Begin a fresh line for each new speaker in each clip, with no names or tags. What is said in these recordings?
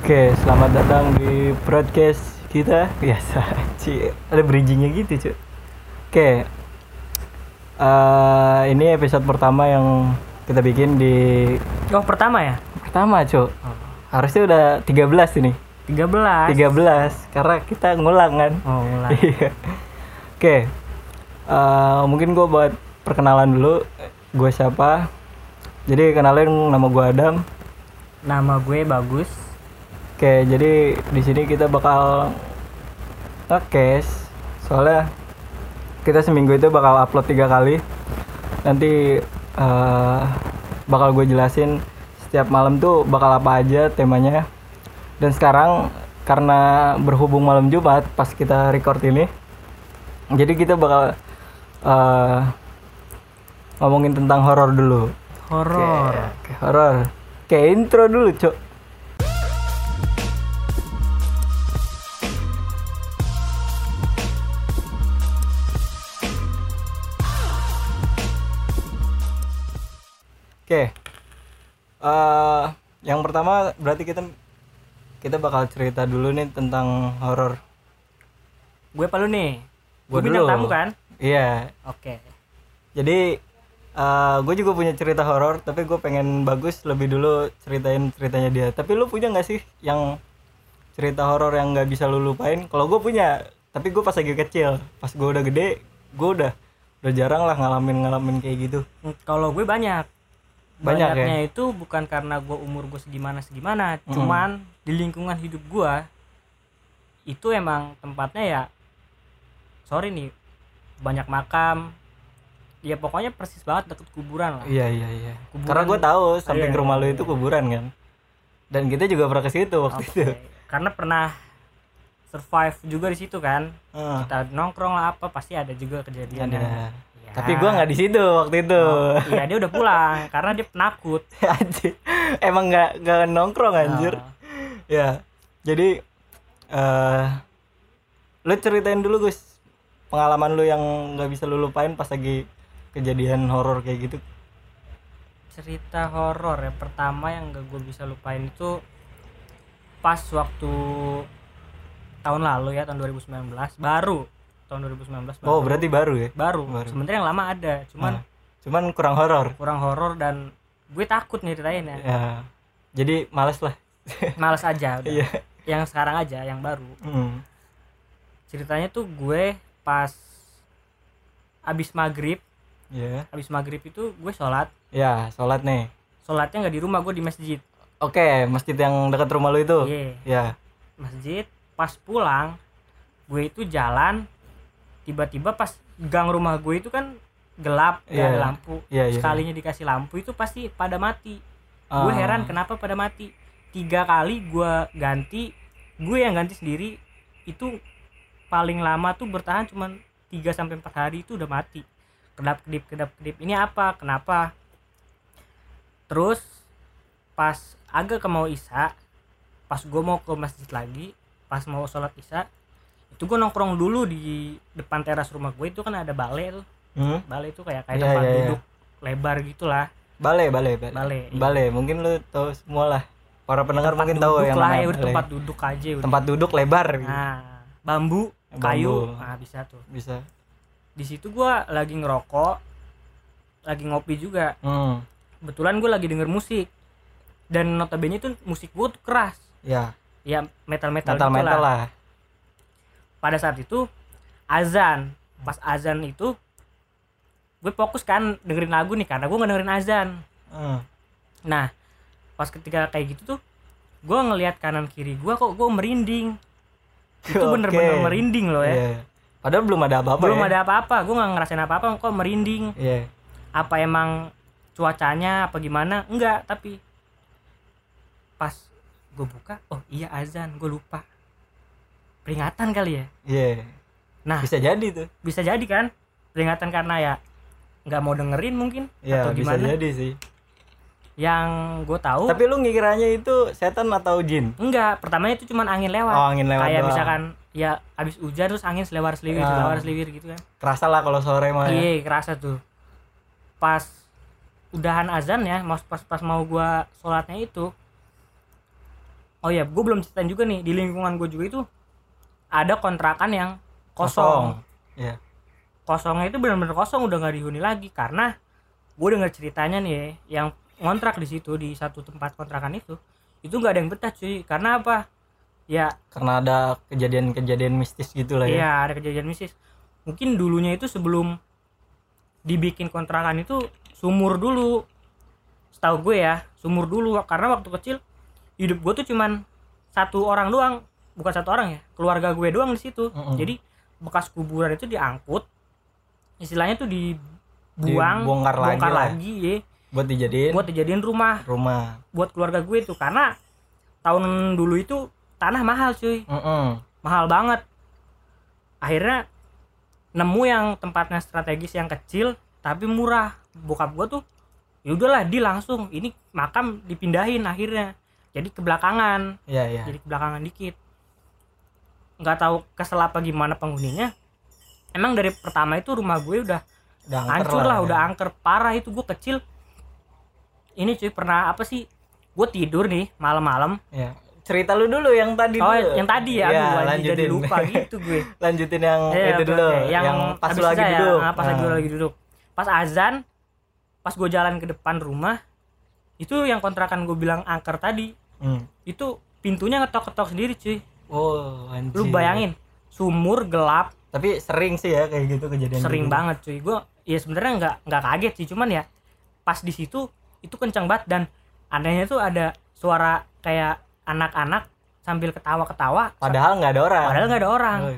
Oke, selamat datang di broadcast kita. Biasa, ada bridgingnya gitu, cuy. Oke, ini episode pertama yang kita bikin di
Oh, pertama ya?
pertama, cuy. Harusnya udah 13 ini.
13.
13 karena kita ngulang kan.
Oh, mulai.
Iya. Oke, mungkin gue buat perkenalan dulu. Gue siapa? Jadi kenalin, nama gue Adam.
Nama gue Bagus.
Oke, jadi di sini kita bakal nge-case. Soalnya kita seminggu itu bakal upload 3 kali. Nanti bakal gue jelasin setiap malam tuh bakal apa aja temanya. Dan sekarang karena berhubung malam Jumat pas kita record ini, jadi kita bakal ngomongin tentang horor dulu.
Horor.
Oke, horor. Kayak intro dulu, Cok. Oke. Yang pertama berarti kita bakal cerita dulu nih tentang horor.
Gue apa lu nih?
Gue
Gue bintang
dulu.
tamu kan?
Iya.
Oke.
Jadi gue juga punya cerita horor, tapi gue pengen Bagus lebih dulu ceritain ceritanya dia. Tapi lu punya nggak sih yang cerita horor yang nggak bisa lu lupain? Kalau gue punya, tapi gue pas lagi kecil. Pas gue udah gede, gue udah jarang lah ngalamin kayak gitu.
Kalau gue banyak.
Banyak
Banyaknya itu bukan karena gue umur gue segimana, cuman di lingkungan hidup gue itu emang tempatnya ya, sorry nih, banyak makam. Ya pokoknya persis banget deket kuburan lah.
Iya.
Kuburan.
Karena gue tahu samping
Iya,
rumah lu
iya.
itu kuburan kan. Dan kita juga pernah ke situ waktu itu.
Oke. Karena pernah survive juga di situ kan. Kita nongkrong lah apa, pasti ada juga kejadian.
Ada.
Ya.
Tapi gue nggak di situ waktu itu.
Oh, iya, dia udah pulang karena dia penakut.
Anjir. Emang nggak nongkrong anjir.
Oh.
Ya. Jadi lu ceritain dulu Gus pengalaman lu yang nggak bisa lu lupain pas lagi kejadian horor kayak gitu.
Cerita horor ya pertama yang gak gue bisa lupain itu pas waktu tahun lalu ya, tahun 2019 baru. Tahun 2019 baru.
Oh, berarti baru ya?
Baru.
Baru.
Sebenarnya yang lama ada,
Cuman kurang horor.
kurang horor dan gue takut nyeritain ya.
Ya. Jadi males lah.
Males aja udah.
Iya.
Yang sekarang aja, yang baru. Ceritanya tuh gue pas abis maghrib itu gue sholat.
Ya, sholat nih.
Sholatnya nggak di rumah, gue di masjid.
Oke, masjid yang dekat rumah lu itu.
Iya.
Ya.
Masjid. Pas pulang gue itu jalan, tiba-tiba pas gang rumah gue itu kan gelap, gak ada lampu. Sekalinya dikasih lampu itu pasti pada mati. Gue heran kenapa pada mati. 3 kali gue yang ganti sendiri. Itu paling lama tuh bertahan cuman 3-4 hari itu udah mati. Kedap-kedip. Ini apa? Kenapa? Terus pas agak ke mau isya, pas gue mau ke masjid lagi, pas mau sholat isya, itu gue nongkrong dulu di depan teras rumah gue. Itu kan ada balai tuh. Balai itu kayak tempat duduk lebar gitulah.
Balai.
Iya.
Mungkin lu tahu semua lah. Para pendengar mungkin tahu yang
lah,
namanya
ya,
balai.
tempat duduk aja udah.
Tempat duduk lebar.
Nah, bambu, kayu. Nah, bisa tuh.
Bisa.
Di situ gue lagi ngerokok, lagi ngopi juga. Kebetulan gue lagi denger musik, dan notabene itu musik gue tuh keras.
Ya
Metal
lah.
Pada saat itu azan. Pas azan itu gue fokus kan dengerin lagu nih, karena gue nggak dengerin azan. Nah pas ketika kayak gitu tuh gue ngelihat kanan kiri gue, kok gue merinding. Itu bener-bener merinding loh ya.
Yeah. Padahal belum ada apa-apa.
Ada apa-apa, gue nggak ngerasain apa-apa, kok merinding.
Yeah.
Apa emang cuacanya apa gimana? Enggak, tapi pas gue buka, oh iya azan, gue lupa. Peringatan kali ya.
Iya.
Nah,
bisa jadi tuh.
Bisa jadi kan? Peringatan karena ya nggak mau dengerin mungkin, atau gimana?
Bisa jadi sih.
Yang gue tahu.
Tapi lu ngikiranya itu setan atau jin?
Enggak, pertamanya itu cuma angin lewat.
Oh, angin lewat.
Kayak
doang.
misalkan ya abis hujan terus angin selewar-selewir gitu kan.
Kerasa lah kalau sore mah.
Iya, kerasa tuh. Pas udahan azan ya, pas mau gua sholatnya itu, Oh iya, gue belum ceritain juga nih, di lingkungan gue juga itu ada kontrakan yang kosong.
Iya.
Kosongnya itu benar-benar kosong, udah nggak dihuni lagi karena gue dengar ceritanya nih yang ngontrak di situ, di satu tempat kontrakan itu nggak ada yang betah cuy. Karena apa? Ya
karena ada kejadian-kejadian mistis gitu lah ya.
Iya, ada kejadian mistis. Mungkin dulunya itu sebelum dibikin kontrakan itu sumur dulu. Setahu gue ya, sumur dulu, karena waktu kecil hidup gue tuh cuman satu orang doang, bukan satu orang ya, keluarga gue doang di situ. Jadi bekas kuburan itu diangkut, istilahnya tuh
dibongkar lagi ya, buat dijadiin rumah buat keluarga gue tuh. Karena tahun dulu itu tanah mahal cuy, mahal banget. Akhirnya nemu yang tempatnya strategis yang kecil tapi murah. Bokap gue tuh ya udahlah, langsung ini makam dipindahin akhirnya jadi ke belakangan. Jadi ke belakangan dikit. Nggak tahu kesel apa gimana penghuninya. Emang dari pertama itu rumah gue udah hancur lah, udah angker parah. Itu gue kecil ini cuy, pernah apa sih, gue tidur nih malam-malam. Cerita lu dulu yang tadi dulu.
Yang tadi ya, aduh jadi lupa gitu gue.
Lanjutin yang itu dulu, yang pas lu lagi duduk.
Pas lagi duduk. Pas azan, pas gue jalan ke depan rumah, itu yang kontrakan gue bilang angker tadi. Itu pintunya ngetok-ketok sendiri cuy.
Oh anjir.
Lu bayangin, sumur gelap.
Tapi sering sih ya kayak gitu kejadian.
Sering banget cuy. Gue ya sebenarnya nggak kaget sih, cuman ya pas di situ itu kencang banget. Dan anehnya tuh ada suara kayak anak-anak sambil ketawa-ketawa.
Padahal nggak ada orang. Oh,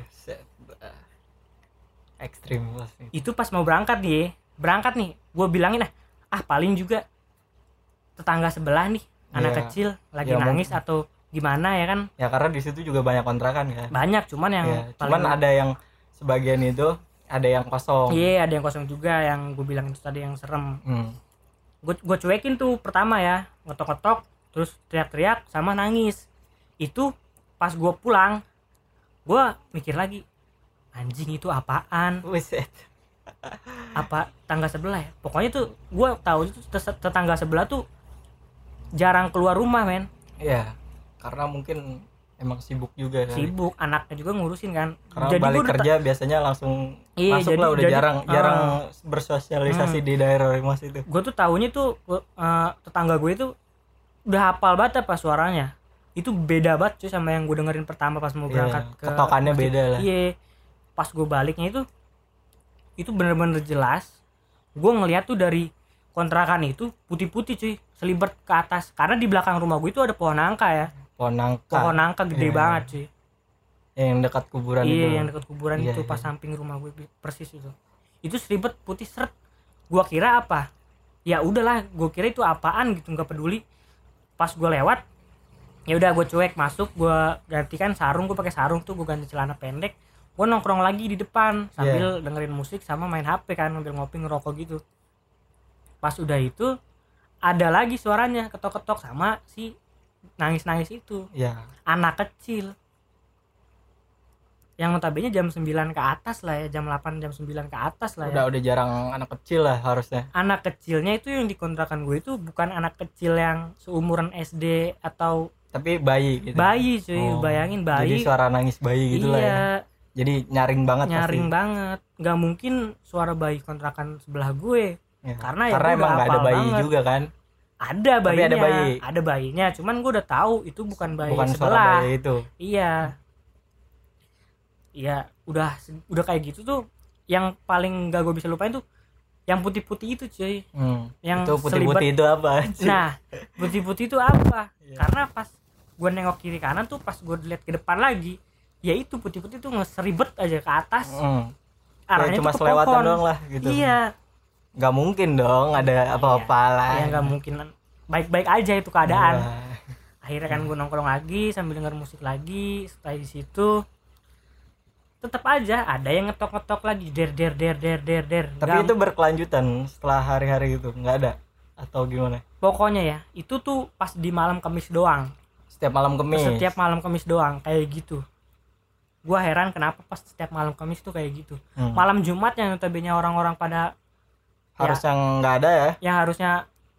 ekstrim pasti.
Itu pas mau berangkat nih, gue bilangin paling juga tetangga sebelah nih anak kecil lagi nangis atau gimana ya kan.
Ya karena di situ juga banyak kontrakan kan.
Banyak, cuman yang
ada yang sebagian itu ada yang kosong.
Iya, ada yang kosong juga, yang gue bilang itu tadi yang serem. Gue cuekin tuh pertama ya, ngetok-ngetok terus teriak-teriak sama nangis. Itu pas gue pulang, gue mikir lagi, anjing itu apaan?
Buset.
Apa tangga sebelah ya? Pokoknya tuh gue tahu itu tetangga sebelah tuh jarang keluar rumah men.
Iya, karena mungkin emang sibuk juga kan.
Sibuk, anaknya juga ngurusin kan.
Karena jadi balik kerja biasanya langsung masuk lah, udah jarang bersosialisasi di daerah rumah situ.
Gue tuh tahunya tuh tetangga gue itu udah hafal banget apa suaranya. Itu beda banget cuy sama yang gue dengerin pertama pas mau berangkat ke
ketokannya beda lah.
Iya. Pas gue baliknya itu bener-bener jelas. Gue ngeliat tuh dari kontrakan itu putih-putih cuy, selibat ke atas. Karena di belakang rumah gue itu ada pohon nangka ya. Pohon nangka gede banget cuy.
Yang dekat kuburan itu.
Iya, yang dekat kuburan itu pas samping rumah gue persis itu. Itu selibat putih seret. Gue kira apa? Ya udahlah, gue kira itu apaan gitu, nggak peduli. Pas gue lewat, ya udah gue cuek masuk, gue gantikan sarung, gue pakai sarung tuh, gue ganti celana pendek. Gue nongkrong lagi di depan sambil dengerin musik sama main HP kan, sambil ngopi ngerokok gitu. Pas udah itu ada lagi suaranya ketok-ketok sama si nangis-nangis itu. Anak kecil. Yang notabene jam 9 ke atas lah ya, jam 8 jam 9 ke atas lah ya.
Udah jarang anak kecil lah harusnya.
Anak kecilnya itu yang di kontrakan gue itu bukan anak kecil yang seumuran SD atau
tapi bayi gitu.
Bayi cuy, bayangin bayi.
Jadi suara nangis bayi gitu lah ya. Jadi nyaring banget
banget. Gak mungkin suara bayi kontrakan sebelah gue. Karena
emang gak ada bayi banget juga kan.
Ada bayinya. Ada bayinya, cuman gue udah tahu itu bukan bayi
bukan
sebelah.
Suara bayi itu.
Iya, udah kayak gitu tuh. Yang paling gak gue bisa lupain tuh yang putih-putih itu cuy. Yang
itu putih-putih itu apa?
Nah, putih-putih itu apa? Karena pas gue nengok kiri kanan tuh, pas gue lihat ke depan lagi, ya itu putih-putih tuh ngeseribet aja ke atas. Arahnya
cuma
tuh ke
selewatan
pohon
doang lah gitu.
Iya.
Gak mungkin dong ada apa-apa lah.
Iya, gak mungkin. Baik-baik aja itu keadaan. Akhirnya kan gue nongkrong lagi sambil denger musik lagi. Setelah di situ tetap aja ada yang ngetok-ngetok lagi, der.
Tapi itu berkelanjutan setelah hari-hari itu, nggak ada atau gimana?
Pokoknya ya itu tuh pas di malam Kamis doang.
Setiap malam Kamis
doang kayak gitu. Gua heran kenapa pas setiap malam Kamis tuh kayak gitu. Malam Jumat yang notabene orang-orang pada
harus yang nggak ada ya.
Yang harusnya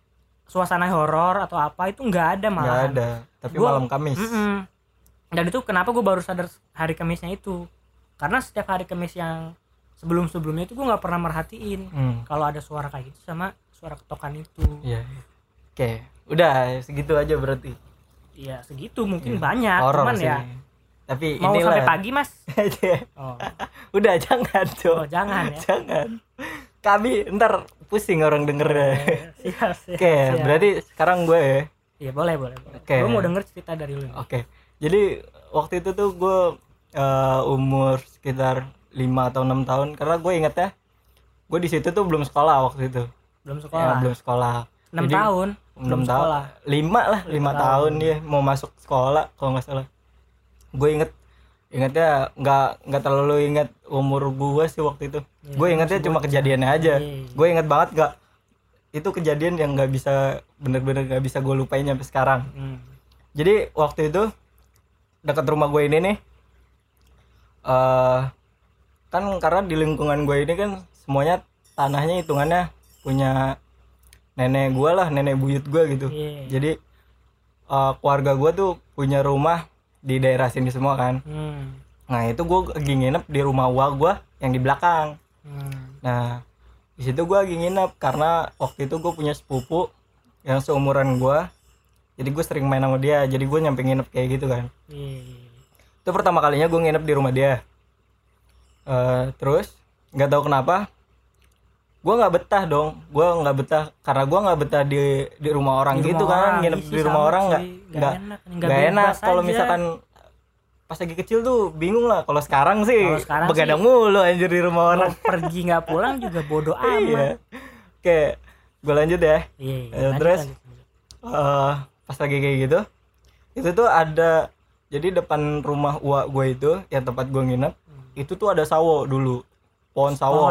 suasana horor atau apa itu nggak ada malah.
Nggak ada. Tapi malam Kamis.
Dan itu kenapa gue baru sadar hari Kamisnya itu, karena setiap hari Kamis yang sebelumnya itu gue nggak pernah merhatiin kalau ada suara kayak gitu sama suara ketokan itu.
Iya. Oke, udah segitu aja berarti.
Iya segitu mungkin banyak.
Horor
cuman
sih.
Ya.
Tapi
mau
inilah.
sampai pagi mas.
Oh. Udah jangan tuh.
Oh jangan ya.
Jangan. Kami ntar pusing orang denger.
Siap.
Oke, berarti sekarang gue ya.
Iya boleh.
Okay.
Gue mau denger cerita dari lu.
Oke. Jadi waktu itu tuh gue umur sekitar 5 atau 6 tahun, karena gue inget ya, gue di situ tuh belum sekolah waktu itu.
Belum sekolah.
Belum sekolah.
6 jadi, tahun.
6 tahun. 5 tahun dia mau masuk sekolah kalau nggak salah. Gue ingetnya nggak terlalu inget umur gue sih waktu itu. Gue ingetnya cuma kejadiannya aja. Gue inget banget nggak, itu kejadian yang nggak bisa, bener-bener nggak bisa gue lupain sampai sekarang. Jadi waktu itu dekat rumah gue ini nih, kan karena di lingkungan gue ini kan semuanya tanahnya hitungannya punya nenek gue lah, nenek buyut gue gitu. Jadi keluarga gue tuh punya rumah di daerah sini semua kan. Nah itu gue lagi nginep di rumah gue yang di belakang. Nah di situ gue lagi nginep karena waktu itu gue punya sepupu yang seumuran gue. Jadi gue sering main sama dia, jadi gue nyampe nginep kayak gitu kan. Itu pertama kalinya gue nginep di rumah dia. Terus nggak tahu kenapa gue nggak betah dong. Gue nggak betah karena gue nggak betah di rumah orang di gitu kan. Nginep di rumah orang nggak enak. Kalau misalkan pas lagi kecil tuh bingung lah. Kalau sekarang sih begadang mulu anjir di rumah orang.
Pergi nggak pulang juga bodo amat.
Iya. Oke, gue lanjut ya. Terus pas lagi kayak gitu, itu tuh ada, jadi depan rumah uak gue itu yang tempat gue nginep, itu tuh ada sawo dulu, pohon sawo.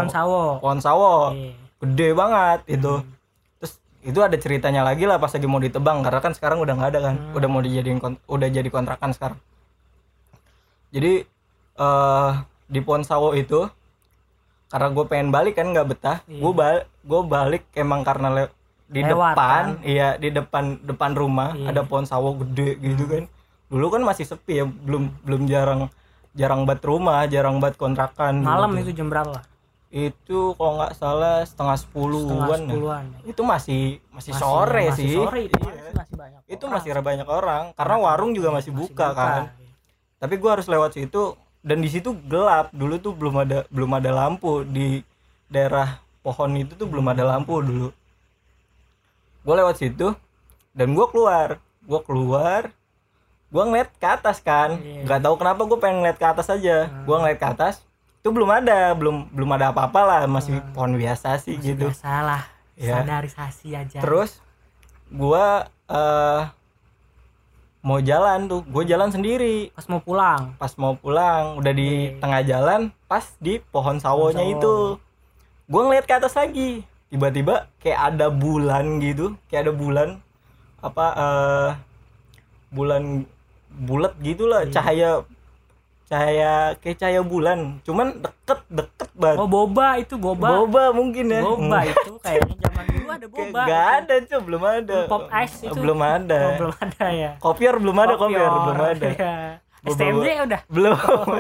Gede banget itu. Terus itu ada ceritanya lagi lah pas lagi mau ditebang, karena kan sekarang udah nggak ada kan, udah jadi kontrakan sekarang. Jadi di pohon sawo itu, karena gue pengen balik kan nggak betah, gue balik emang karena di depan, iya di depan rumah ada pohon sawo gede gitu kan. Dulu kan masih sepi ya, belum jarang banget rumah, jarang banget kontrakan.
Malam
gitu.
Itu jam berapa?
Itu kalau nggak salah setengah 10-an. Itu masih sore sih.
Masih banyak.
Itu masih banyak orang karena warung juga masih buka kan. Tapi gue harus lewat situ, dan di situ gelap. Dulu tuh belum ada lampu di daerah pohon itu tuh, belum ada lampu dulu. Gue lewat situ dan gue keluar, gue ngeliat ke atas kan. Nggak tahu kenapa gue pengen ngeliat ke atas aja. Gue ngeliat ke atas, itu belum ada apa-apa lah, masih pohon biasa sih masih gitu.
Biasalah, standarisasi aja.
Terus gue mau jalan tuh, gue jalan sendiri.
Pas mau pulang,
udah di tengah jalan, pas di pohon sawonya itu, gue ngeliat ke atas lagi. Tiba-tiba kayak ada bulan gitu, bulan bulat gitulah, cahaya kayak cahaya bulan, cuman deket banget.
Oh boba
mungkin ya.
Boba itu kayaknya zaman dulu ada boba.
Gak ada cuy, belum ada.
Pop ice itu
belum ada.
Belum ada ya.
Kopior belum ada.
Ya. STMJ udah
belum.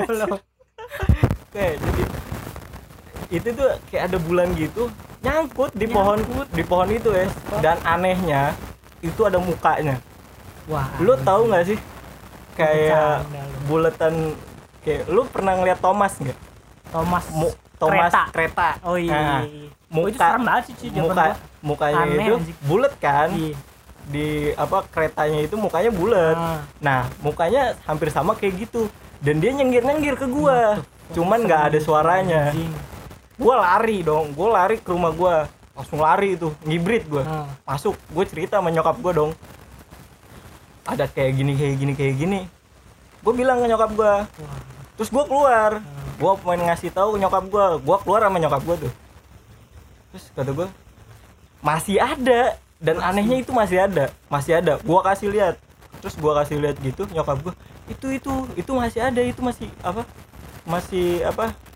Oke, jadi itu tuh kayak ada bulan gitu nyangkut di pohon itu ya. Dan anehnya itu ada mukanya.
Wah.
Lu tahu nggak sih kayak bulatan, kayak lu pernah ngeliat Thomas nggak? Thomas kereta.
Oh iya.
Muka,
itu serem banget sih
mukanya aneh, itu bulat kan. Iya. Di keretanya itu mukanya bulat. Nah mukanya hampir sama kayak gitu, dan dia nyengir ke gua. Cuman nggak ada suaranya. Gua lari ke rumah gua, langsung lari itu, ngibrit gua. Masuk, gua cerita sama nyokap gua dong. Ada kayak gini. Gua bilang ke nyokap gua. Terus gua keluar. Gua pengen ngasih tahu ke nyokap gua keluar sama nyokap gua tuh. Terus kata gua, masih ada, dan anehnya itu masih ada. Gua kasih lihat. Terus gua kasih lihat gitu, nyokap gua, itu masih ada, itu masih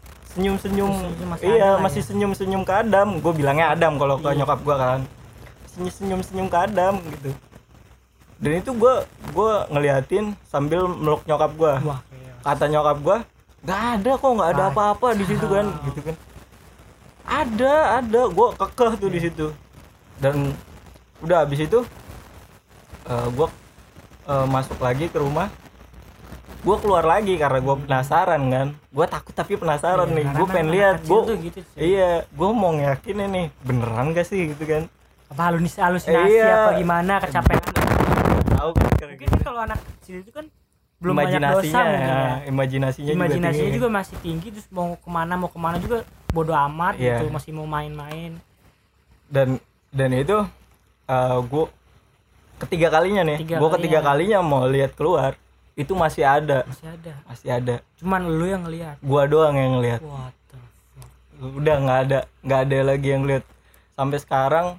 senyum-senyum. Iya, masih senyum-senyum ke Adam. Gue bilangnya Adam kalau ke nyokap gue kan. senyum ke Adam gitu. Dan itu gue ngeliatin sambil meluk nyokap gue. Kata nyokap gue, nggak ada kok, nggak ada apa-apa di situ kan, gitu kan. Ada, gue kekeh tuh di situ. Dan udah habis itu gue masuk lagi ke rumah. Gue keluar lagi karena gue penasaran kan. Gue takut tapi penasaran nih. Gue pengen lihat. Gitu iya, gue mau yakin nih beneran gak sih gitu kan.
Apa halusinasi apa gimana, kecapean.
Tahu kan.
Mungkin kalau anak kecil itu kan belum banyak dosa mungkin ya. Imajinasinya juga masih tinggi, terus mau kemana juga bodo amat gitu, masih mau main-main.
Dan itu gue ketiga kalinya kalinya mau lihat keluar, itu masih ada. Cuman lu yang ngelihat, gua doang yang ngelihat. Udah nggak ada lagi yang lihat sampai sekarang.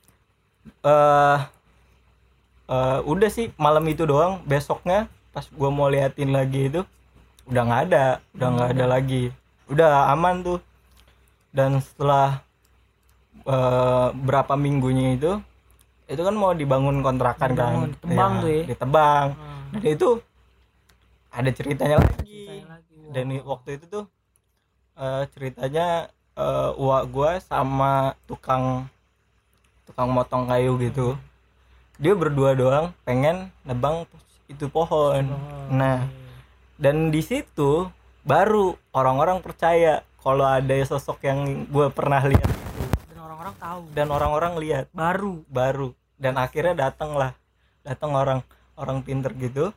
Udah sih malam itu doang. Besoknya pas gua mau liatin lagi itu udah nggak ada lagi, udah aman tuh. Dan setelah berapa minggunya itu kan mau dibangun kontrakan kan,
ditebang tuh ya.
Ditebang. Dan itu ada ceritanya lagi. Dan waktu itu tuh ceritanya uak gua sama tukang motong kayu gitu, dia berdua doang pengen nebang itu pohon. Nah, dan di situ baru orang-orang percaya kalau ada sosok yang gue pernah lihat itu. Dan orang-orang lihat baru. Dan akhirnya datang orang pinter gitu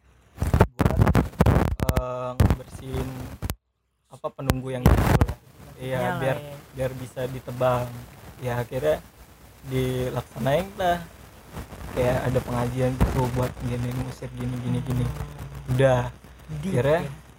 buat ngebersihin penunggu yang itu lah. Iya, biar bisa ditebang. Ya akhirnya dilaksanain lah, kayak ada pengajian gitu buat ngusir gini. Udah akhirnya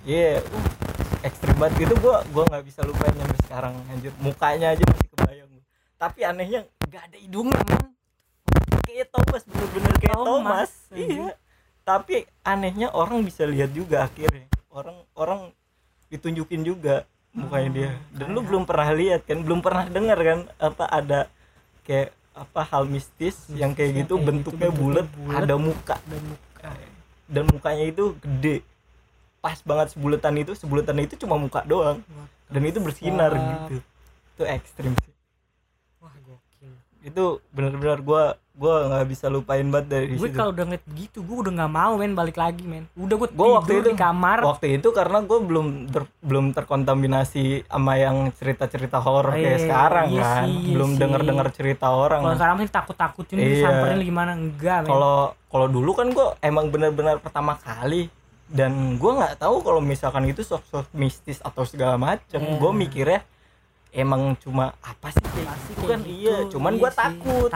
ekstrim banget gitu. Gue nggak bisa lupain sampai sekarang, anjir. Mukanya aja masih kebayang. Tapi anehnya nggak ada hidungnya, man. Kayak Thomas, bener-bener kayak Thomas. Iya. Tapi anehnya orang bisa lihat juga akhirnya. Orang ditunjukin juga mukanya dia. Dan lu belum pernah lihat kan, belum pernah dengar kan ada kayak hal mistis yang kayak gitu, bentuknya bulat, ada muka. Dan mukanya itu gede. Pas banget sebuletan itu cuma muka doang. Dan itu bersinar gitu. Itu ekstrim sih.
Wah, gokil.
Itu benar-benar gue nggak bisa lupain banget dari situ.
Gue kalau udah ngeliat begitu, gue udah nggak mau balik lagi udah gue tidur di kamar.
Waktu itu karena gue belum terkontaminasi sama yang cerita horor kayak sekarang kan. Belum dengar cerita orang.
Kalau sekarang sih takut-takutin disamperin gimana, enggak.
Kalau dulu kan gue emang benar-benar pertama kali, dan gue nggak tahu kalau misalkan itu sosok mistis atau segala macam. Gue mikirnya emang cuma apa sih kayak gitu kan. Iya, cuman gue takut.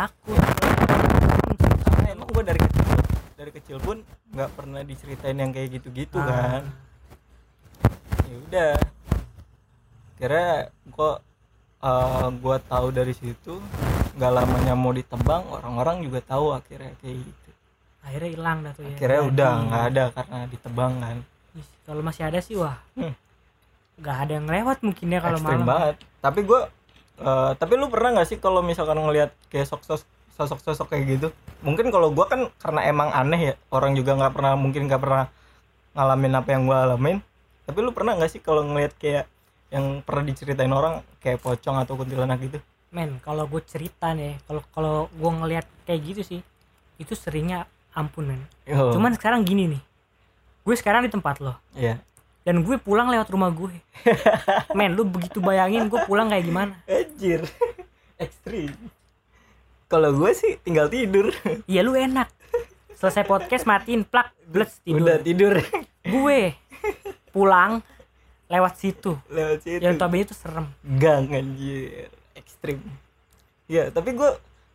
Karena emang gue dari kecil pun nggak pernah diceritain yang kayak gitu kan. Ya udah, kira gue tahu dari situ. Nggak lamanya mau ditebang, orang-orang juga tahu akhirnya kayak gitu.
Akhirnya hilang dah tuh ya.
Akhirnya udah nggak ada karena ditebang kan.
Kalau masih ada sih nggak ada yang lewat mungkin ya kalau malam.
Ekstrim banget. Tapi lu pernah nggak sih kalau misalkan ngelihat kayak sosok kayak gitu? Mungkin kalau gua kan karena emang aneh ya, orang juga nggak pernah ngalamin apa yang gua alamin. Tapi lu pernah nggak sih kalau ngelihat kayak yang pernah diceritain orang kayak pocong atau kuntilanak gitu?
Men, kalau gue cerita nih, kalau gue ngelihat kayak gitu sih, itu seringnya ampun men. Cuman sekarang gini nih, gue sekarang di tempat lo.
Iya.
Dan gue pulang lewat rumah gue. Men, lu begitu bayangin gue pulang kayak gimana?
Anjir. Ekstrim. Kalau gue sih tinggal tidur.
Iya, lu enak. Selesai podcast matiin plak, blets tidur.
Udah tidur.
Gue pulang lewat situ. Yang tobe itu serem.
Gang anjir. Ekstrim. Ya, tapi gue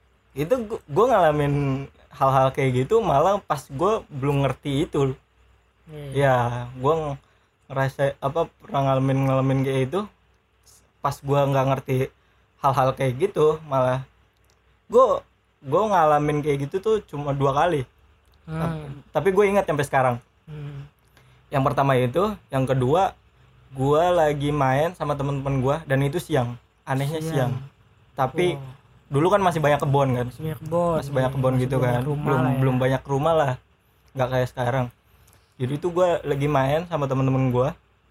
ngalamin hal-hal kayak gitu malah pas gue belum ngerti itu. Ya, gue ngerasa pernah ngalamin kayak itu pas gue nggak ngerti hal-hal kayak gitu. Malah gue ngalamin kayak gitu tuh cuma 2 kali. Tapi gue ingat sampai sekarang. Yang pertama itu, yang kedua gue lagi main sama teman-teman gue dan itu siang. Anehnya siang. Tapi Dulu kan masih banyak kebun kan.
Masih
banyak kebun gitu kan. Belum banyak rumah lah. Nggak kayak sekarang. Jadi itu gue lagi main sama temen-temen gue.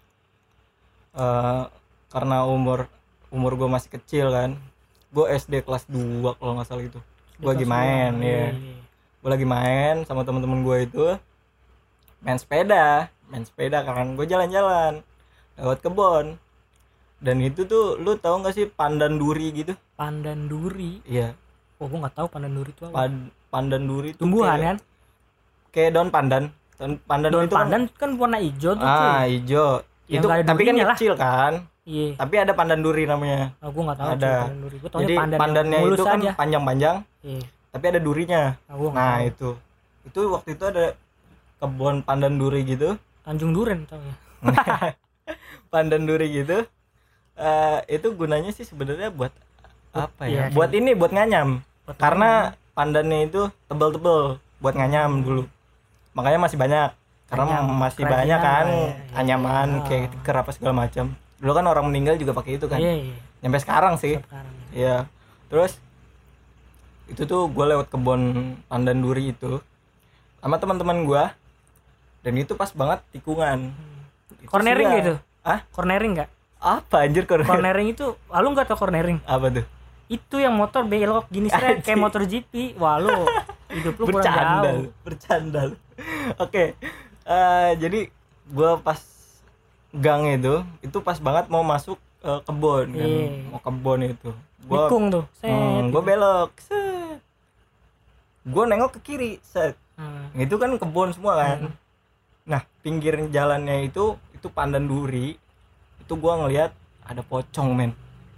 Karena umur gue masih kecil kan. Gue SD kelas 2 kalau nggak salah itu. Gue lagi main ya. Gue lagi main sama temen-temen gue itu. Main sepeda kan. Gue jalan-jalan lewat kebun. Dan itu tuh lu tahu nggak sih pandan duri gitu?
Pandan duri?
Iya.
Oh, gue nggak tahu pandan duri itu apa.
Pandan duri itu
tumbuhan kan?
Kayak daun pandan.
Daun
itu
pandan kan warna hijau tuh.
Hijau. Itu tapi kan kecil kan?
Iya.
Tapi ada pandan duri namanya.
Gue nggak tahu
ada.
Pandan duri. Gua
jadi pandannya itu kan aja. Panjang-panjang.
Iya.
Tapi ada durinya. Nah itu waktu itu ada kebun pandan duri gitu.
Tanjung Duren tau ya.
Pandan duri gitu. Itu gunanya sih sebenarnya buat apa ya?
Iya,
buat ini buat nganyam. Karena pandannya itu tebel-tebel buat nganyam dulu. Makanya masih banyak. Karena masih banyak kan anyaman kayak tiker apa segala macam. Dulu kan orang meninggal juga pakai itu kan.
Iya.
Sampai sekarang sih. Iya. Terus itu tuh gue lewat kebun pandan duri itu sama teman-teman gue. Dan itu pas banget tikungan.
Cornering gitu? Cornering enggak?
Apa anjir
cornering itu? Lu enggak tau cornering?
Apa tuh?
Itu yang motor belok gini kayak motor GP. Wah, lu hidup lu kurang jauh.
Bercanda. Oke. Jadi gue pas gang itu pas banget mau masuk kebun kan. Mau kebun itu. Gua
nikung tuh.
Gue belok. Set. Gue nengok ke kiri. Set. Itu kan kebun semua kan. Nah, pinggir jalannya itu pandan duri. Itu gue ngelihat ada pocong, men.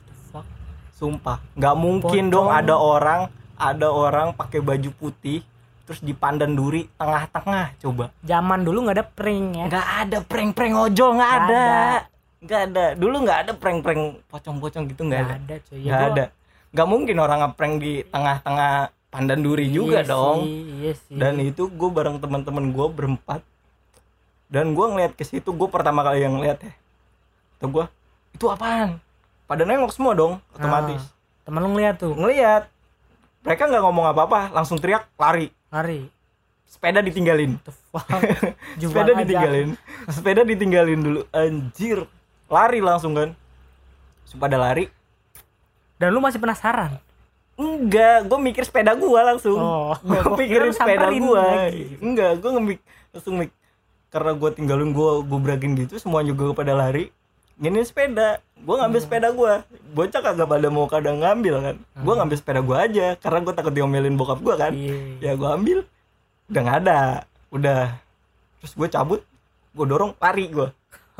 Sumpah, nggak mungkin dong ada orang pakai baju putih terus di pandan duri tengah-tengah. Coba.
Zaman dulu nggak ada prank ya?
Nggak ada prank ojol, nggak ada. Dulu nggak ada prank pocong-pocong gitu, nggak ada. Nggak ada. Nggak mungkin orang ngeprank di tengah-tengah pandan duri juga dong.
Iya sih.
Dan itu gue bareng teman-teman gue berempat. Dan gue ngeliat ke situ, gue pertama kali yang ngeliat ya. Tuh gue, itu apaan? Pada nengok semua dong, otomatis.
Temen lu ngeliat tuh?
Ngeliat. Mereka nggak ngomong apa-apa, langsung teriak, lari. Sepeda ditinggalin. Sepeda ditinggalin dulu. Anjir, lari langsung kan. Pada lari.
Dan lu masih penasaran?
Enggak, gue mikir sepeda gue langsung. Gue pikirin sepeda gue. Enggak, gue langsung karena gue tinggalin, gue beragin gitu, semua juga pada lari. Gini sepeda, gue ngambil sepeda gue. Bocah kagak pada mau kadang ngambil kan. Gue ngambil sepeda gue aja karena gue takut diomelin bokap gue kan. Ya gue ambil, udah nggak ada, udah. Terus gue cabut, gue dorong, lari gue.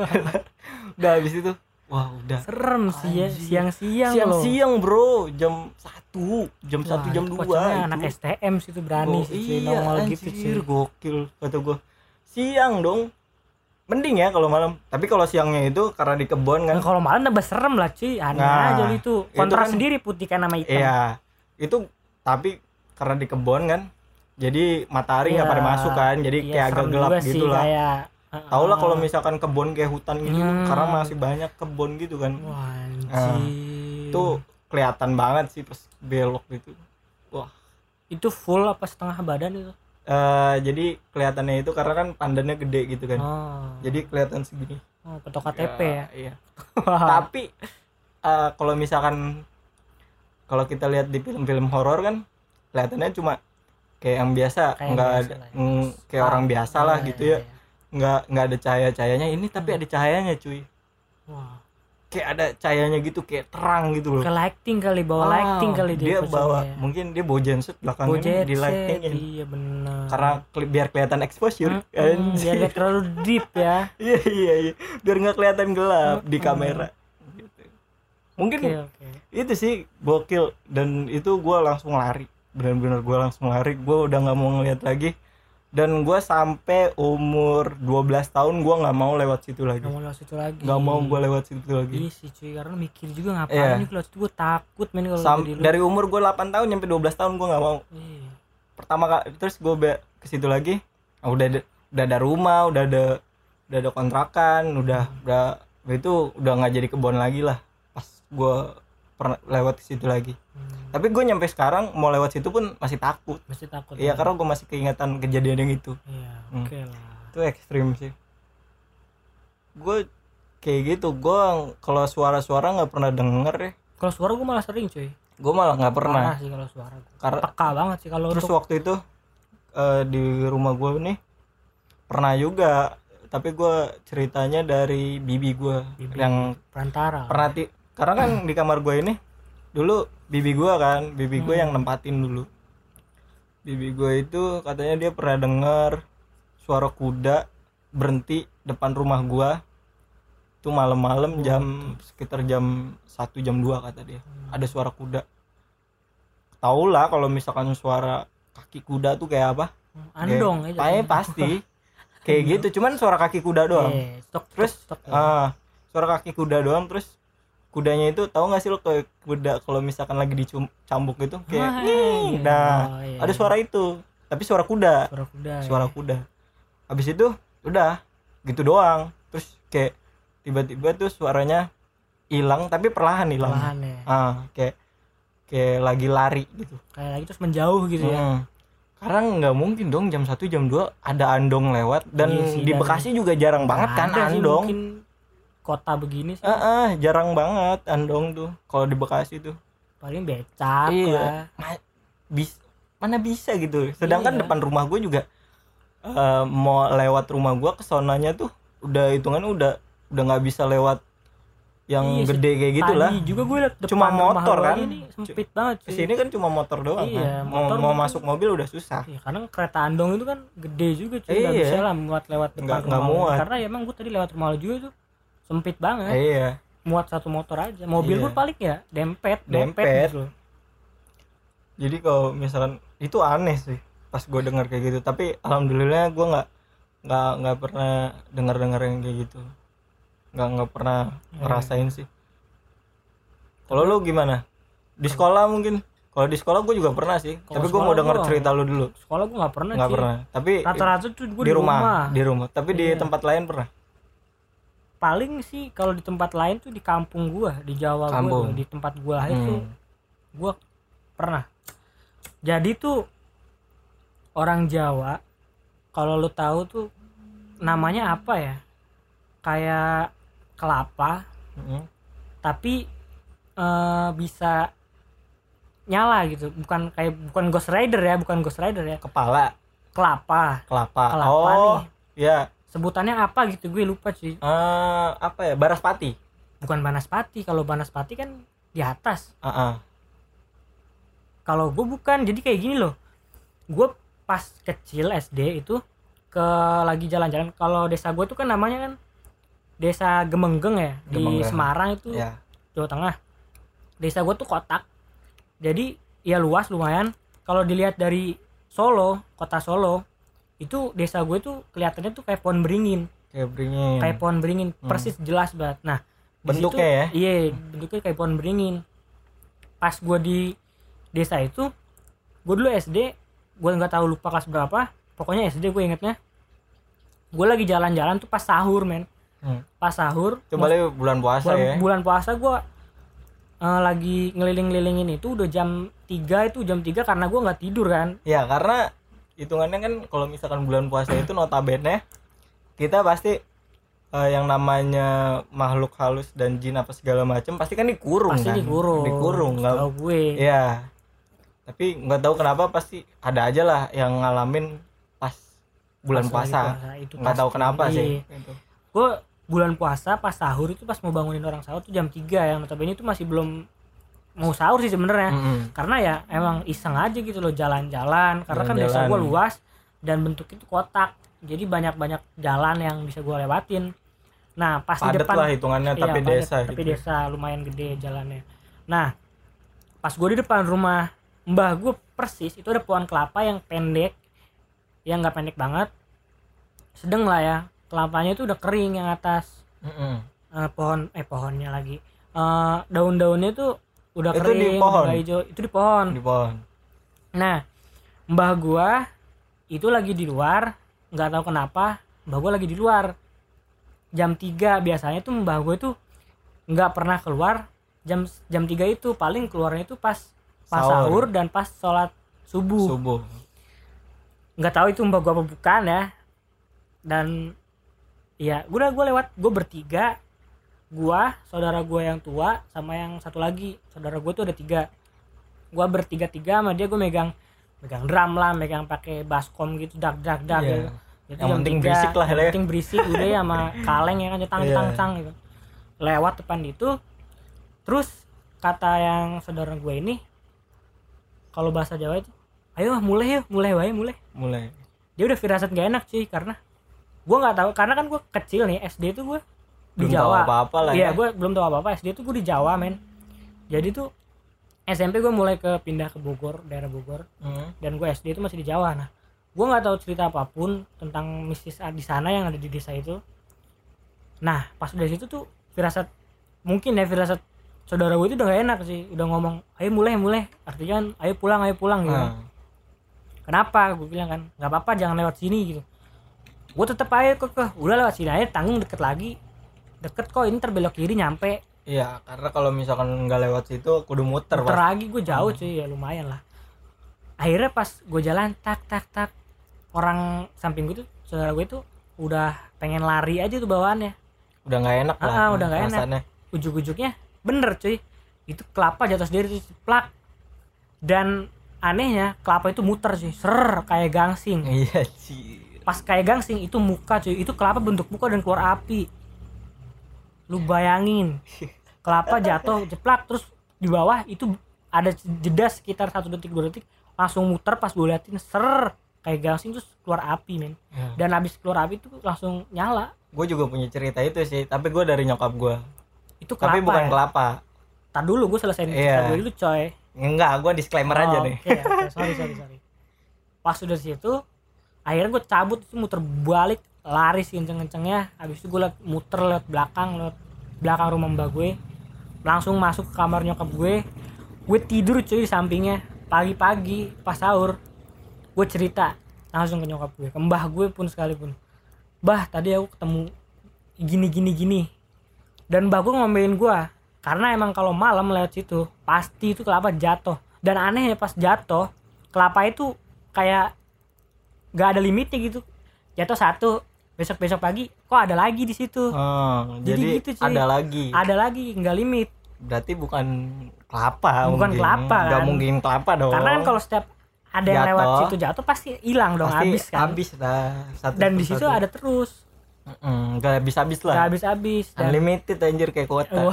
Udah habis itu, wah udah.
Serem sih ya, siang-siang
bro, jam 1, jam 2.
Anak STM sih tuh berani sih nongol gitu sih.
Gokil kata gue. Siang dong. Mending ya kalau malam. Tapi kalau siangnya itu karena di kebun kan.
Nah, kalau malam tambah serem lah cuy. Aneh aja itu. Kontras sendiri putih kan sama hitam.
Iya. Itu tapi karena di kebun kan. Jadi matahari nggak pada masuk kan. Jadi kayak agak gelap gitu lah. Tahu lah kalau misalkan kebun kayak hutan gitu. Karena masih banyak kebun gitu kan.
Wah, anjir.
Itu kelihatan banget sih pas belok gitu. Wah.
Itu full apa setengah badan itu?
Jadi kelihatannya itu karena kan pandannya gede gitu kan. Jadi kelihatan segini.
Foto KTP ya.
Iya. Tapi kalau misalkan kalau kita lihat di film-film horor kan kelihatannya cuma kayak yang biasa, nggak ada kayak orang biasa lah gitu ya. Nggak ada cahaya-cahayanya. Ini tapi ada cahayanya cuy.
Wah.
Kayak ada cahayanya gitu, kayak terang gitu loh.
Ke lighting kali, bawa lighting kali
dia bawa ya. Mungkin dia bawa genset belakangnya di lightingin.
Iya benar.
Karena biar kelihatan exposure.
Biar gak terlalu deep ya.
Iya. Biar nggak kelihatan gelap di kamera. Gitu. Mungkin itu sih gokil, dan itu gue langsung lari. Benar-benar gue langsung lari. Gue udah nggak mau ngeliat lagi. Dan gue sampai umur 12 tahun gue nggak mau lewat situ lagi. Nggak mau gue lewat situ lagi.
Iya sih cuy, karena mikir juga ngapain nih kalau situ, gue takut men kalau
dari umur gue 8 tahun sampai 12 tahun gue nggak mau. Pertama kali terus gue ke situ lagi. Udah ada rumah, udah ada kontrakan, udah itu udah nggak jadi kebun lagi lah. Pas gue pernah lewat situ lagi. Tapi gue nyampe sekarang mau lewat situ pun masih takut. Iya, karena gue masih keingatan kejadian yang itu.
Iya, oke lah.
Itu ekstrim sih. Gue kayak gitu, gue kalau suara-suara nggak pernah denger ya.
Kalau suara gue malah sering cuy.
Gue malah nggak pernah.
Parah sih kalau suara.
Karena
peka banget sih kalau.
Terus waktu itu di rumah gue nih pernah juga, tapi gue ceritanya dari bibi gue yang
perantara.
Karena kan di kamar gue ini dulu bibi gue yang nempatin dulu. Bibi gue itu katanya dia pernah dengar suara kuda berhenti depan rumah gue. Itu malam-malam sekitar jam 1 jam 2 kata dia. Ada suara kuda. Tau lah kalau misalkan suara kaki kuda tuh kayak apa?
Andong itu.
Pasti. Kayak gitu, cuman suara kaki kuda doang. Terus suara kaki kuda doang, terus kudanya itu tahu nggak sih lo kayak kuda kalau misalkan lagi dicambuk gitu kayak ada suara itu, tapi suara kuda. Suara kuda. Habis itu udah gitu doang. Terus kayak tiba-tiba tuh suaranya hilang, tapi perlahan hilang. Kayak lagi lari gitu.
Kayak lagi terus menjauh gitu ya.
Karena nggak mungkin dong jam 1 jam 2 ada andong lewat, dan di Bekasi juga jarang banget kan andong.
Mungkin kota begini sih.
Jarang banget andong tuh kalau di Bekasi tuh.
Paling becak lah.
Mana bisa gitu. Sedangkan depan rumah gue juga mau lewat rumah gue ke sonanya tuh udah hitungannya udah nggak bisa lewat yang gede kayak gitulah.
Tadi juga gue liat depan
cuma motor kan.
Ini sempit banget sih.
Kesini kan cuma motor doang kan. Mau masuk mobil udah susah.
Iya, karena kereta andong itu kan gede juga cuy. Nggak bisa lah muat lewat depan rumah. Karena emang gue tadi lewat rumah lo juga tuh sempit banget.
Iya.
Muat satu motor aja. Mobil gue paling ya dempet gitu.
Jadi kalau misalkan itu aneh sih pas gue dengar kayak gitu. Tapi alhamdulillah gue nggak pernah dengar yang kayak gitu. Nggak pernah ngerasain sih. Kalau lu gimana? Di sekolah mungkin? Kalau di sekolah gue juga pernah sih. Tapi gue mau denger cerita lu dulu.
Sekolah gue nggak pernah.
Tapi
rata-rata tuh gue
di rumah. Tapi di tempat lain pernah?
Paling sih kalau di tempat lain tuh di kampung gue, di Jawa gue, di tempat gue lahir tuh gue pernah. Jadi tuh orang Jawa, kalau lu tahu tuh namanya apa ya? Kayak kelapa, tapi bisa nyala gitu. Bukan Ghost Rider ya.
Kepala.
Kelapa
Oh,
nih.
Ya.
Sebutannya apa gitu gue lupa sih.
Apa ya? Banaspati.
Bukan Banaspati. Kalau Banaspati kan di atas. Kalau gue bukan. Jadi kayak gini loh. Gue pas kecil SD itu lagi jalan-jalan. Kalau desa gue tuh kan namanya kan Desa Gemenggeng ya, di Semarang itu, Jawa Tengah. Desa gue tuh kotak. Jadi ya luas lumayan. Kalau dilihat dari Solo, kota Solo, itu desa gue tuh kelihatannya tuh kayak pohon beringin. Kayak pohon beringin, persis jelas banget. Nah,
bentuknya
situ, ya? Iya, bentuknya kayak pohon beringin. Pas gue di desa itu, gue dulu SD, gue nggak tahu lupa kelas berapa. Pokoknya SD gue ingetnya, gue lagi jalan-jalan tuh pas sahur men. Pas sahur
coba bulan puasa ya.
Bulan puasa gue lagi ngeliling-ngelilingin itu udah jam 3 karena gue nggak tidur kan.
Ya karena hitungannya kan kalau misalkan bulan puasa itu notabene kita pasti yang namanya makhluk halus dan jin apa segala macam pasti kan dikurung. Dikurung nggak
tahu gue.
Iya. Tapi nggak tahu kenapa pasti ada aja lah yang ngalamin pas bulan puasa. Nggak tahu kenapa sih.
Gue bulan puasa pas sahur itu pas mau bangunin orang sahur tuh jam 3 yang notabene itu masih belum mau sahur sih sebenarnya. Karena ya emang iseng aja gitu loh jalan-jalan karena kan desa gue luas dan bentuknya itu kotak. Jadi banyak jalan yang bisa gue lewatin. Nah, pas
padet
di depan
lah hitungannya tapi
padet,
desa
tapi gitu. Desa lumayan gede jalannya. Nah, pas gue di depan rumah mbah gue persis itu ada pohon kelapa yang pendek. Yang enggak pendek banget. Sedang lah ya. Kelapanya itu udah kering yang atas. Pohonnya lagi. Daun-daunnya itu udah
itu
kering,
di pohon.
udah hijau. Itu di pohon. Nah, mbah gua itu lagi di luar, nggak tahu kenapa, mbah gua lagi di luar. Jam 3 biasanya tuh mbah gua tuh nggak pernah keluar jam 3 itu paling keluarnya itu pas sahur dan pas sholat subuh. Nggak tahu itu mbak gue apa bukan ya. Dan ya gue lewat, gue bertiga, gue, saudara gue yang tua sama yang satu lagi, saudara gue tuh ada 3. Gue bertiga sama dia, gue megang drum lah, megang pakai baskom gitu, dak gitu. Jadi
yang penting berisik lah,
yang penting berisik udah ya, sama kaleng ya kan, cetang gitu. Lewat depan itu, terus kata yang saudara gue ini, kalau bahasa Jawa itu, ayo mulai. Dia udah firasat gak enak cuy, karena gue nggak tahu, karena kan gue kecil nih, SD itu gue di Jawa. Iya, gue belum tahu apa-apa. SD itu gue di Jawa men. Jadi tuh SMP gue mulai pindah ke Bogor, daerah Bogor. Dan gue SD itu masih di Jawa. Nah, gue nggak tahu cerita apapun tentang mistis di sana yang ada di desa itu. Nah, pas udah situ tuh firasat saudara gue itu udah gak enak sih, udah ngomong ayo mulai, artinya kan ayo pulang gitu. Kenapa? Gue bilang kan nggak apa-apa, jangan lewat sini gitu. Gue tetep aja udah lewat sini aja, tanggung deket kok, ini terbelok kiri nyampe.
Iya, karena kalau misalkan nggak lewat situ kudu muter
lagi, gue jauh cuy, ya lumayan lah. Akhirnya pas gue jalan tak orang samping gue tuh, saudara gue tuh udah pengen lari aja tuh bawaannya,
udah nggak enak lah.
Udah nggak enak. Ujuk-ujuknya bener cuy, itu kelapa jatuh sendiri tuh, plak. Dan anehnya kelapa itu muter cuy, kayak gangsing.
Iya sih.
Pas kayak gangsing itu muka cuy, itu kelapa bentuk muka dan keluar api. Lu bayangin, kelapa jatuh jeplak, terus di bawah itu ada jeda sekitar 1 detik 2 detik, langsung muter. Pas gue liatin kayak gangsing, terus keluar api men. Dan abis keluar api itu langsung nyala.
Gue juga punya cerita itu sih, tapi gue dari nyokap gue.
Itu kelapa,
tapi bukan kelapa.
Tar dulu gue selesaiin cerita gue dulu coy.
Enggak, gue disclaimer aja nih.
Okay. Sorry. Pas udah situ, akhirnya gue cabut, itu muter balik, lari kenceng-kencengnya. Habis itu gue muter lewat belakang rumah mbak gue, langsung masuk ke kamar nyokap gue. Gue tidur cuy di sampingnya. Pagi-pagi pas sahur, gue cerita langsung ke nyokap gue, ke mbah gue pun sekalipun. Bah, tadi aku ketemu gini. Dan mbak gue ngomelin gue, karena emang kalau malam lewat situ pasti itu kelapa jatuh. Dan anehnya pas jatuh, kelapa itu kayak gak ada limitnya gitu. Jatuh 1, besok pagi kok ada lagi di situ.
Jadi gitu, cuy. Ada
lagi, nggak limit.
Berarti bukan kelapa.
Kelapa kan?
Gak mungkin kelapa dong.
Karena kan kalau setiap ada yang lewat situ jatuh pasti hilang dong, habis kan.
Habis lah.
Dan di situ ada terus.
Gak habis-habis lah.
Gak habis-habis.
Unlimited anjir kayak kuota.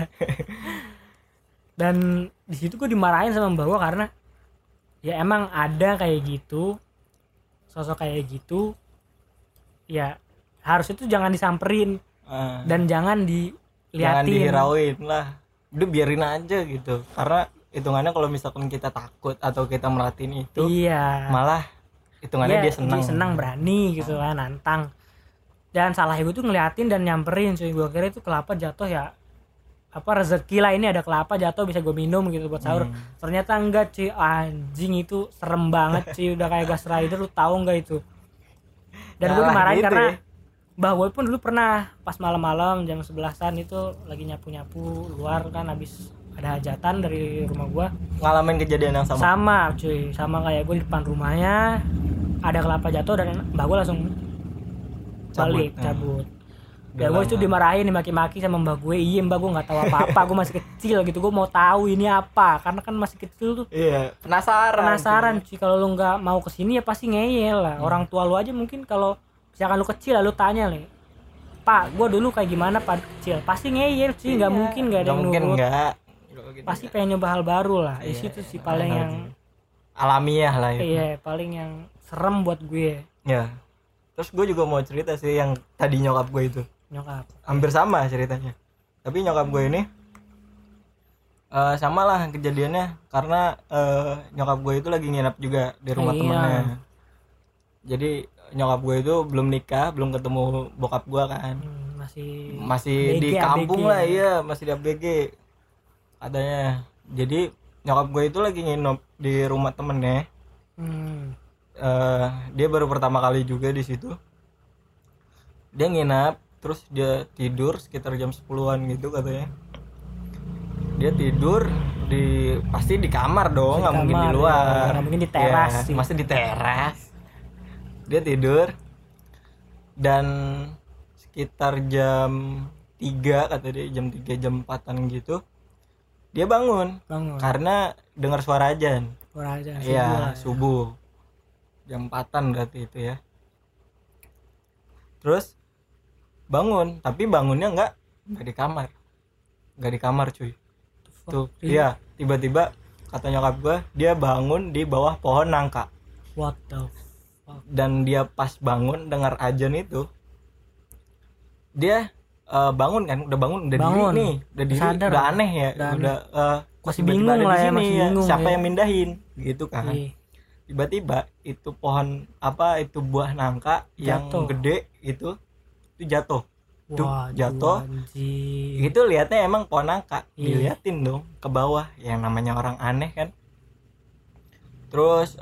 Dan di situ gue dimarahin sama mbak gue karena ya emang ada kayak gitu, sosok kayak gitu. Ya harus itu jangan disamperin dan jangan diliatin,
jangan dihirauin lah, udah biarin aja gitu. Karena hitungannya kalau misalkan kita takut atau kita merhatiin itu, malah hitungannya dia senang
berani gitu kan, nantang. Dan salah ibu tuh ngeliatin dan nyamperin cuy. Gue kira itu kelapa jatuh ya rezeki lah, ini ada kelapa jatuh bisa gue minum gitu buat sahur. Ternyata enggak cuy, anjing itu serem banget cuy, udah kayak Ghost Rider, lu tahu enggak itu? Dan gue dimarahin gitu karena mbah gue pun dulu pernah pas malam-malam jam 11-an itu lagi nyapu-nyapu luar kan, habis ada hajatan dari rumah gue,
ngalamin kejadian yang sama
cuy, sama kayak gue di depan rumahnya ada kelapa jatuh dan mbah gue langsung cabut. Ya gue itu dimarahin, dimaki-maki sama mbak gue. Iya mbak, gue nggak tahu apa-apa, gue masih kecil gitu, gue mau tahu ini apa, karena kan masih kecil tuh.
Iya, penasaran
sih. Kalau lu nggak mau kesini ya pasti ngeyel lah. Orang tua lu aja mungkin kalau misalkan lu kecil lu tanya nih, Pak, gue dulu kayak gimana Pak kecil, pasti ngeyel sih. Nggak mungkin nggak ada yang nurut. Pasti pengen nyoba hal baru lah. Di situ sih paling yang
alamiah lah itu.
Iya, paling yang serem buat gue.
Ya. Terus gue juga mau cerita sih yang tadi nyokap gue itu. Hampir sama ceritanya. Tapi nyokap gue ini sama lah kejadiannya, karena nyokap gue itu lagi nginep juga di rumah temannya. Jadi nyokap gue itu belum nikah, belum ketemu bokap gue kan. Masih ABG, di kampung ABG. Lah iya, masih di ABG adanya. Jadi nyokap gue itu lagi nginep di rumah temennya. Dia baru pertama kali juga di situ. Dia nginep, terus dia tidur sekitar jam 10-an gitu katanya. Dia tidur pasti di kamar dong, nggak mungkin di luar,
nggak mungkin di teras
ya,
sih.
masa di teras. Dia tidur dan sekitar jam 3 kata dia, jam 3 jam 4-an gitu dia bangun. Karena dengar suara azan. Iya, subuh jam 4-an berarti itu ya. Terus bangun, tapi bangunnya nggak di kamar cuy. Tuh, iya, tiba-tiba kata nyokap gue, dia bangun di bawah pohon nangka.
What the fuck?
Dan dia pas bangun dengar azan itu, dia bangun kan, udah diri nih, udah aneh ya, udah
masih bingung lah ya, masih bingung
siapa
ya.
yang mindahin gitu kan. Tiba-tiba itu pohon itu buah nangka yang gede itu jatuh. Jatuh. Itu lihatnya emang pohon nangka, diliatin dong ke bawah, yang namanya orang aneh kan. Terus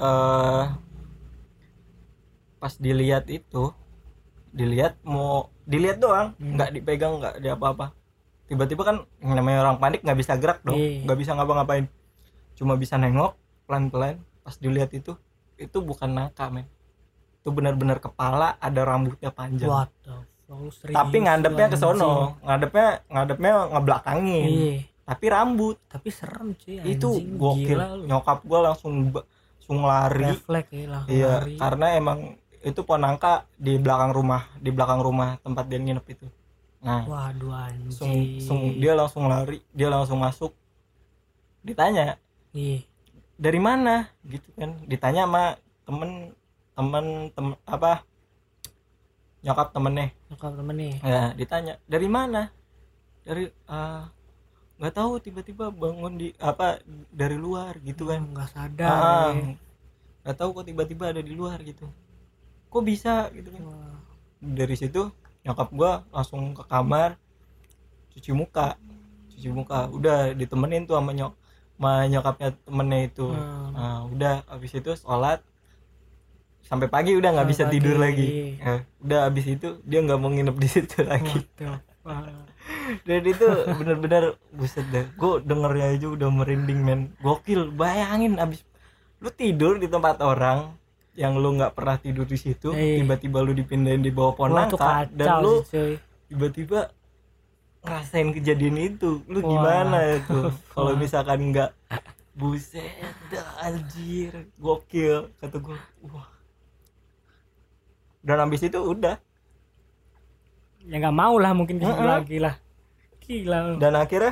pas dilihat doang, nggak dipegang, nggak di apa-apa. Tiba-tiba kan yang namanya orang panik nggak bisa gerak dong, nggak bisa ngapa-ngapain, cuma bisa nengok pelan-pelan. Pas dilihat itu bukan nangka men, itu benar-benar kepala, ada rambutnya panjang. Tapi ngadepnya ke sono, ngadepnya ngebelakangin. Tapi rambut.
Tapi serem cuy.
Itu gokil. Nyokap gue langsung lari.
Refleks ya, langsung
lari. Karena emang itu pohon nangka di belakang rumah tempat dia nginep itu. Nah,
waduh anjing.
Dia langsung lari, dia langsung masuk. Ditanya, dari mana? Gitu kan. Ditanya sama temen nyokap temennya. Ya, ditanya dari mana? Dari nggak tahu, tiba-tiba bangun dari luar gitu kan.
Nggak sadar.
Nggak tahu kok tiba-tiba ada di luar gitu. Kok bisa gitu kan. Dari situ nyokap gua langsung ke kamar cuci muka. Udah ditemenin tuh sama nyokapnya temennya itu. Nah, udah habis itu sholat sampai pagi, udah nggak bisa tidur lagi. Udah habis itu dia nggak mau nginep di situ lagi. Dan itu benar-benar buset deh, gue dengernya aja udah merinding men. Gokil, bayangin abis lu tidur di tempat orang yang lu nggak pernah tidur di situ, tiba-tiba lu dipindahin di bawah pohon nangka, dan lu tiba-tiba ngerasain kejadian itu, lu gimana itu? Kalau misalkan nggak, buset dah anjir, gokil kata gue. Wah. Dan habis itu udah
ya nggak mau lah mungkin gitu lagi lah, gila.
Dan akhirnya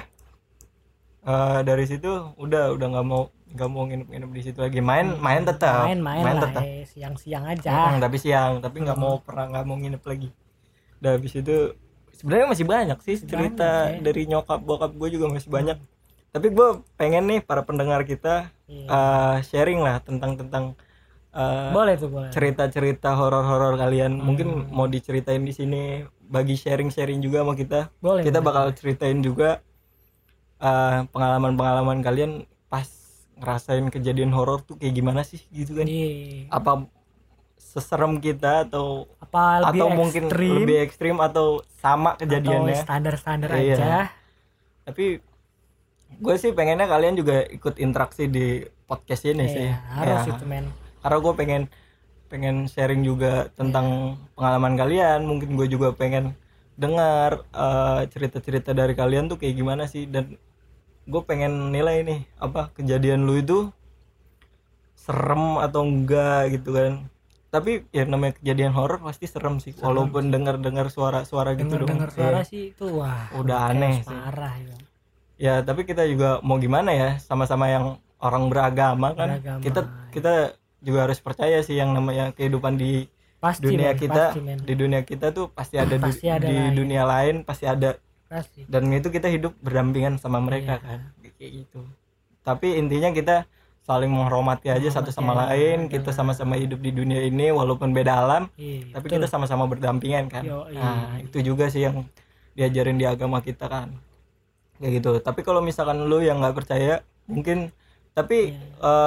dari situ udah nggak mau nginep di situ lagi. Main tetap
siang aja.
Tapi nggak mau nginep lagi. Dan habis itu sebenarnya masih banyak sih cerita dari nyokap bokap gue juga masih banyak. Tapi gue pengen nih para pendengar kita sharing lah tentang
boleh
cerita-cerita horor kalian. Mungkin mau diceritain di sini, bagi sharing juga sama kita. Kita bakal ceritain juga pengalaman kalian pas ngerasain kejadian horor tuh kayak gimana sih gitu kan. Apa seserem kita atau mungkin lebih ekstrim atau sama kejadiannya,
atau standar aja.
Tapi gue sih pengennya kalian juga ikut interaksi di podcast ini sih.
Harus itu men.
Karena gue pengen sharing juga tentang pengalaman kalian. Mungkin gue juga pengen dengar cerita-cerita dari kalian tuh kayak gimana sih. Dan gue pengen nilai nih, kejadian lu itu serem atau enggak gitu kan. Tapi ya namanya kejadian horor pasti serem sih. Walaupun dengar suara gitu dong.
Dengar suara sih itu
udah aneh sih.
Parah ya.
Ya tapi kita juga mau gimana ya, sama-sama yang orang beragama kan. Kita juga harus percaya sih yang namanya kehidupan di dunia kita. Di dunia kita tuh pasti ada di dunia lain pasti ada. Dan itu kita hidup berdampingan sama mereka kan, kayak gitu. Tapi intinya kita saling menghormati aja satu sama lain. Kita sama-sama hidup di dunia ini walaupun beda alam, tapi kita sama-sama berdampingan kan. Nah itu juga sih yang diajarin di agama kita kan, kayak gitu. Tapi kalau misalkan lu yang nggak percaya mungkin, tapi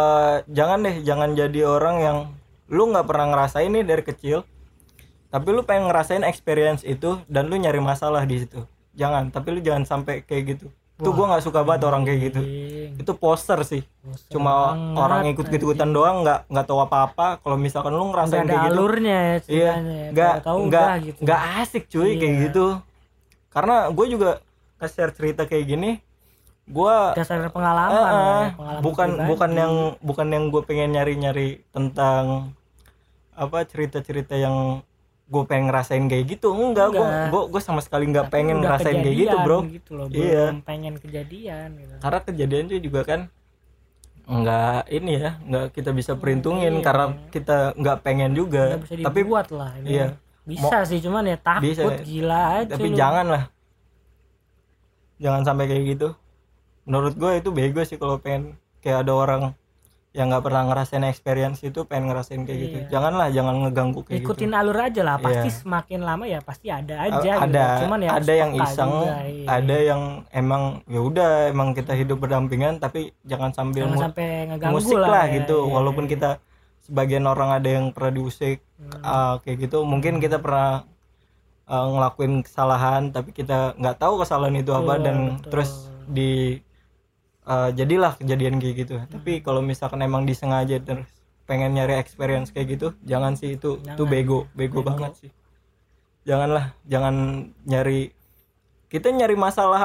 jangan jadi orang yang lu nggak pernah ngerasain nih dari kecil, tapi lu pengen ngerasain experience itu dan lu nyari masalah di situ. Tapi lu jangan sampai kayak gitu. Itu gue nggak suka banget orang kayak gitu. Itu poster sih. Cuma banget, orang ikut-ikutan doang, nggak tahu apa-apa. Kalau misalkan lu ngerasain kayak gitu,
alurnya,
iya, nggak asik cuy kayak gitu. Karena gue juga share cerita kayak gini, gue
dasar pengalaman,
bukan yang gue pengen nyari tentang apa cerita-cerita yang gue pengen ngerasain kayak gitu. Enggak. Gue sama sekali nggak pengen ngerasain kayak gitu, bro.
Gitu loh,
iya,
belum pengen kejadian gitu.
Karena kejadian itu juga kan nggak kita bisa perhitungin, karena kita nggak pengen juga.
Nggak bisa dibuat lah ini.
Iya,
bisa sih, cuman ya takut bisa, gila aja.
Tapi jangan sampai kayak gitu. Menurut gue itu bego sih kalau pengen kayak ada orang yang nggak pernah ngerasain experience itu pengen ngerasain kayak gitu. Jangan ngeganggu kayak
ikutin alur aja lah, pasti semakin lama ya pasti ada aja
ada
gitu. Cuman ya
ada yang iseng juga, ada yang emang ya udah emang kita hidup berdampingan, tapi jangan sampai ngeganggu musik lah gitu. Walaupun kita sebagian orang ada yang pernah diusik kayak gitu, mungkin kita pernah ngelakuin kesalahan tapi kita nggak tahu kesalahan itu apa, dan terus jadilah kejadian kayak gitu. Tapi kalau misalkan emang disengaja terus pengen nyari experience kayak gitu, jangan sih, itu bego banget sih. Jangan nyari masalah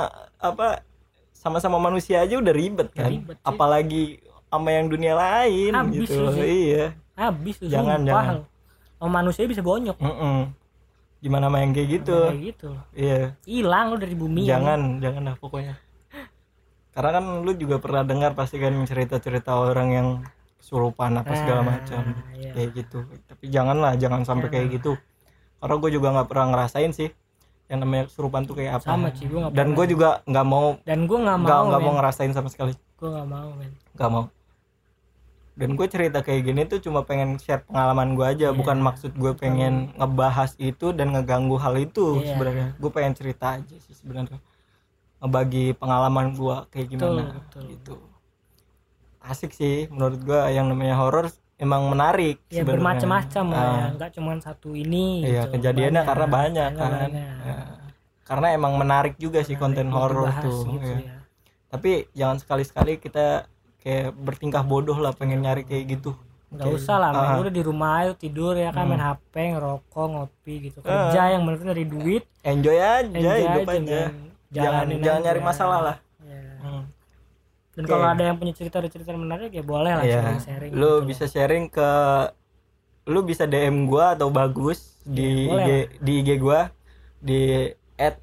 sama manusia aja udah ribet kan, apalagi sama yang dunia lain habis gitu. Iya, habis tuh. Jangan.
Manusia bisa bonyok.
Gimana sama yang kayak gitu? Iya.
Hilang lu dari bumi.
Jangan lah pokoknya. Karena kan lu juga pernah dengar pasti kan cerita-cerita orang yang kesurupan apa segala macam kayak gitu. Tapi jangan sampai kayak gitu. Karena gue juga nggak pernah ngerasain sih yang namanya kesurupan tuh kayak apa.
Sama sih,
dan gue juga nggak mau.
Dan gue nggak
mau ngerasain sama sekali.
Gue nggak mau, men.
Nggak mau. Dan gue cerita kayak gini tuh cuma pengen share pengalaman gue aja, bukan maksud gue pengen ngebahas itu dan ngeganggu hal itu sebenarnya. Gue pengen cerita aja sih sebenarnya, ngebagi pengalaman gua kayak gimana. Betul. Gitu. Asik sih menurut gua, yang namanya horor emang menarik
ya, sebenarnya. Bermacam-macam ya, enggak cuma satu ini.
Iya, gitu. Kejadiannya karena banyak kan. Ya. Karena emang menarik juga sih konten horor tuh. Gitu ya. Tapi jangan sekali-sekali kita kayak bertingkah bodoh lah pengen nyari kayak gitu.
Enggak usah lah, udah di rumah aja tidur ya kan, main HP, ngerokok, ngopi gitu. Kerja yang bener dari duit.
Enjoy hidup aja. Jangan nyari masalah lah.
Dan kalau ada yang punya cerita menarik ya boleh lah sharing.
Lu gitu bisa sharing lu bisa DM gua atau Bagus di IG gua di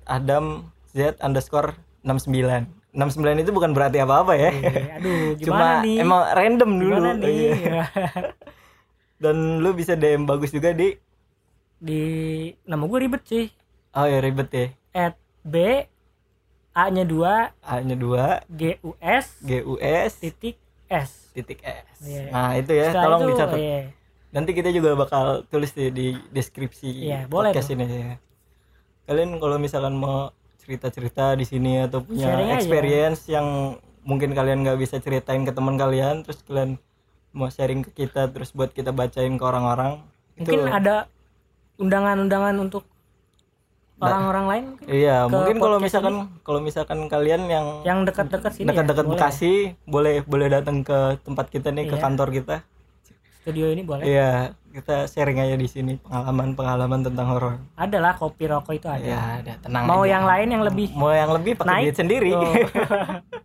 @adamz_69. 69 itu bukan berarti apa-apa ya.
Aduh,
cuma
nih?
Emang random dulu.
Nih?
Dan lu bisa DM Bagus juga di
nama gue ribet sih.
Oh ya, ribet ya.
@b A-nya 2 GUS
.s. Nah, itu ya,
setelah
tolong
itu,
dicatat. Nanti kita juga bakal tulis di deskripsi podcast ini ya. Kalian kalau misalkan mau cerita-cerita di sini atau punya sharing experience aja, yang mungkin kalian nggak bisa ceritain ke teman kalian, terus kalian mau sharing ke kita terus buat kita bacain ke orang-orang,
mungkin itu ada undangan untuk orang-orang lain mungkin.
Iya, mungkin kalau misalkan kalian yang
dekat-dekat sini,
dekat-dekat Bekasi, boleh datang ke tempat kita nih, ke kantor kita.
Studio ini boleh.
Iya, kita sharing aja di sini pengalaman tentang horor.
Ada lah, kopi rokok itu ada.
Ya, ada, tenang
mau
aja.
Yang lain yang lebih
pakai duit sendiri.